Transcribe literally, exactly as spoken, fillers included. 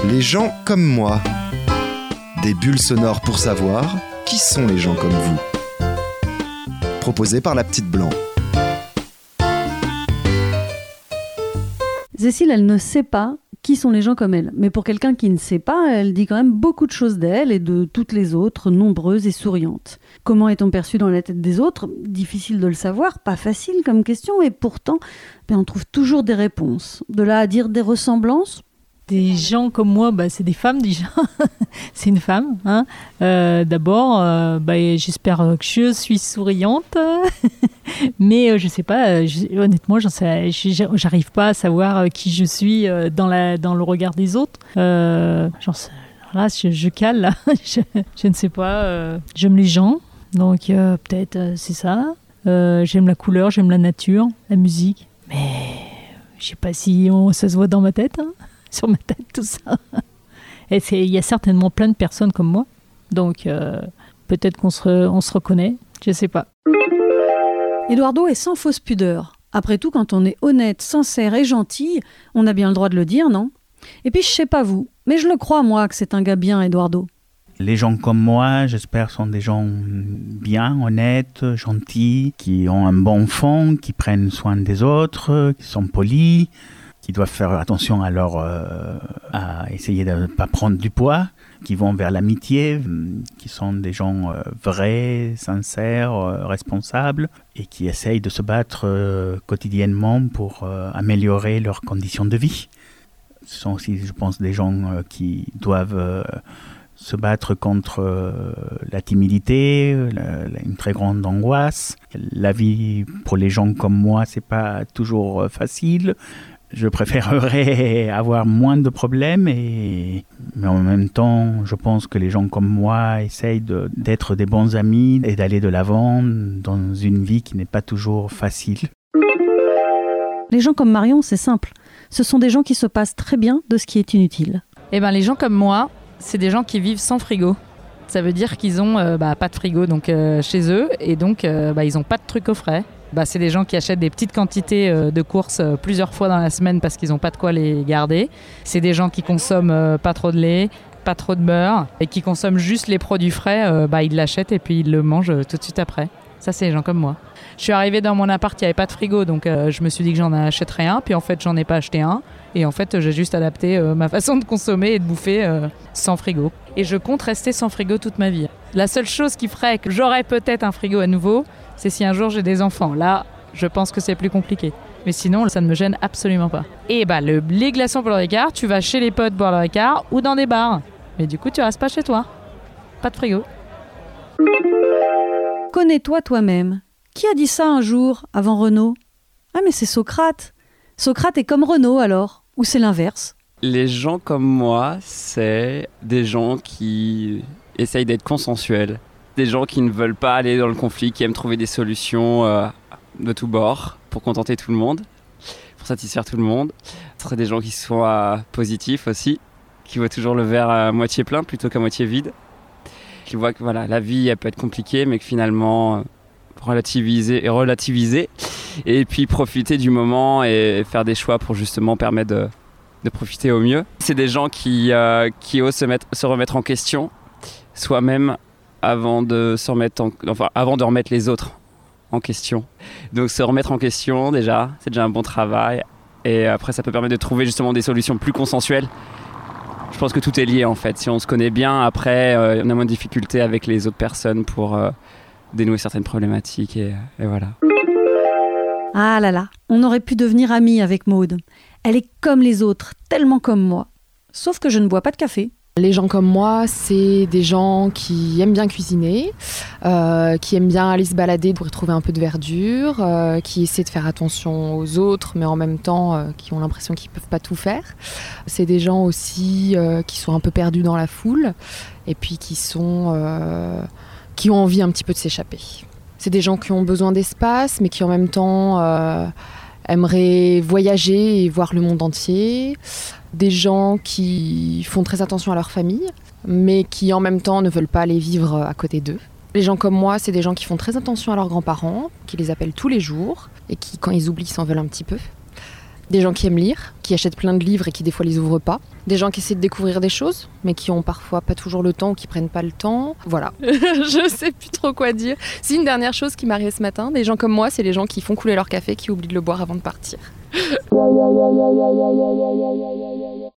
Les gens comme moi. Des bulles sonores pour savoir qui sont les gens comme vous. Proposé par la petite Blanc. Cécile, elle ne sait pas qui sont les gens comme elle. Mais pour quelqu'un qui ne sait pas, elle dit quand même beaucoup de choses d'elle et de toutes les autres, nombreuses et souriantes. Comment est-on perçu dans la tête des autres ? Difficile de le savoir, pas facile comme question, et pourtant, ben, on trouve toujours des réponses. De là à dire des ressemblances ? Des gens comme moi, bah, c'est des femmes déjà. C'est une femme. Hein. Euh, d'abord, euh, bah, j'espère que je suis souriante. Mais euh, je ne sais pas, je, honnêtement, j'en sais, j'arrive pas à savoir qui je suis euh, dans, la, dans le regard des autres. Euh, j'en sais, là, je, je cale, là. je, je ne sais pas. Euh, j'aime les gens, donc euh, peut-être euh, c'est ça. Euh, j'aime la couleur, j'aime la nature, la musique. Mais je ne sais pas si on, ça se voit dans ma tête. Hein. Sur ma tête, tout ça. Et il y a certainement plein de personnes comme moi. Donc, euh, peut-être qu'on se, on se reconnaît. Je ne sais pas. Eduardo est sans fausse pudeur. Après tout, quand on est honnête, sincère et gentil, on a bien le droit de le dire, non ? Et puis, je ne sais pas vous, mais je le crois, moi, que c'est un gars bien, Eduardo. Les gens comme moi, j'espère, sont des gens bien, honnêtes, gentils, qui ont un bon fond, qui prennent soin des autres, qui sont polis, qui doivent faire attention à, leur, euh, à essayer de ne pas prendre du poids, qui vont vers l'amitié, qui sont des gens euh, vrais, sincères, euh, responsables, et qui essayent de se battre euh, quotidiennement pour euh, améliorer leurs conditions de vie. Ce sont aussi, je pense, des gens euh, qui doivent euh, se battre contre euh, la timidité, la, la, une très grande angoisse. La vie, pour les gens comme moi, c'est pas toujours euh, facile. Je préférerais avoir moins de problèmes, et... mais en même temps, je pense que les gens comme moi essayent de, d'être des bons amis et d'aller de l'avant dans une vie qui n'est pas toujours facile. Les gens comme Marion, c'est simple. Ce sont des gens qui se passent très bien de ce qui est inutile. Eh ben, les gens comme moi, c'est des gens qui vivent sans frigo. Ça veut dire qu'ils n'ont euh, bah, pas de frigo donc, euh, chez eux, et donc euh, bah, ils n'ont pas de trucs au frais. Bah, c'est des gens qui achètent des petites quantités euh, de courses euh, plusieurs fois dans la semaine parce qu'ils n'ont pas de quoi les garder. C'est des gens qui consomment euh, pas trop de lait, pas trop de beurre, et qui consomment juste les produits frais. Euh, bah, ils l'achètent et puis ils le mangent euh, tout de suite après. Ça, c'est les gens comme moi. Je suis arrivée dans mon appart, il n'y avait pas de frigo, donc euh, je me suis dit que j'en achèterais un. Puis en fait, j'en ai pas acheté un. Et en fait, j'ai juste adapté euh, ma façon de consommer et de bouffer euh, sans frigo. Et je compte rester sans frigo toute ma vie. La seule chose qui ferait que j'aurais peut-être un frigo à nouveau, c'est si un jour j'ai des enfants. Là, je pense que c'est plus compliqué. Mais sinon, ça ne me gêne absolument pas. Et bah, le, les glaçons pour le Ricard, tu vas chez les potes boire le Ricard ou dans des bars. Mais du coup, tu restes pas chez toi. Pas de frigo. Connais-toi toi-même. Qui a dit ça un jour, avant Renaud ? Ah, mais c'est Socrate. Socrate est comme Renaud, alors ? Ou c'est l'inverse ? Les gens comme moi, c'est des gens qui essayent d'être consensuels. Des gens qui ne veulent pas aller dans le conflit, qui aiment trouver des solutions euh, de tous bords pour contenter tout le monde, pour satisfaire tout le monde. Ce seraient des gens qui sont euh, positifs aussi, qui voient toujours le verre à moitié plein plutôt qu'à moitié vide. Qui voient que voilà, la vie elle peut être compliquée, mais que finalement, euh, relativiser et relativiser. Et puis profiter du moment et faire des choix pour justement permettre de, de profiter au mieux. C'est des gens qui, euh, qui osent se, mettre, se remettre en question soi-même avant de, se remettre en, enfin, avant de remettre les autres en question. Donc se remettre en question déjà, c'est déjà un bon travail. Et après ça peut permettre de trouver justement des solutions plus consensuelles. Je pense que tout est lié en fait. Si on se connaît bien, après euh, on a moins de difficultés avec les autres personnes pour euh, dénouer certaines problématiques et, et voilà. Ah là là, on aurait pu devenir amis avec Maude. Elle est comme les autres, tellement comme moi. Sauf que je ne bois pas de café. Les gens comme moi, c'est des gens qui aiment bien cuisiner, euh, qui aiment bien aller se balader pour y trouver un peu de verdure, euh, qui essaient de faire attention aux autres, mais en même temps, euh, qui ont l'impression qu'ils ne peuvent pas tout faire. C'est des gens aussi euh, qui sont un peu perdus dans la foule et puis qui, sont, euh, qui ont envie un petit peu de s'échapper. C'est des gens qui ont besoin d'espace, mais qui en même temps euh, aimeraient voyager et voir le monde entier. Des gens qui font très attention à leur famille, mais qui en même temps ne veulent pas aller vivre à côté d'eux. Les gens comme moi, c'est des gens qui font très attention à leurs grands-parents, qui les appellent tous les jours, et qui, quand ils oublient, s'en veulent un petit peu. Des gens qui aiment lire, qui achètent plein de livres et qui des fois les ouvrent pas. Des gens qui essaient de découvrir des choses, mais qui ont parfois pas toujours le temps ou qui prennent pas le temps. Voilà. Je sais plus trop quoi dire. C'est une dernière chose qui m'arrive ce matin. Des gens comme moi, c'est les gens qui font couler leur café, qui oublient de le boire avant de partir.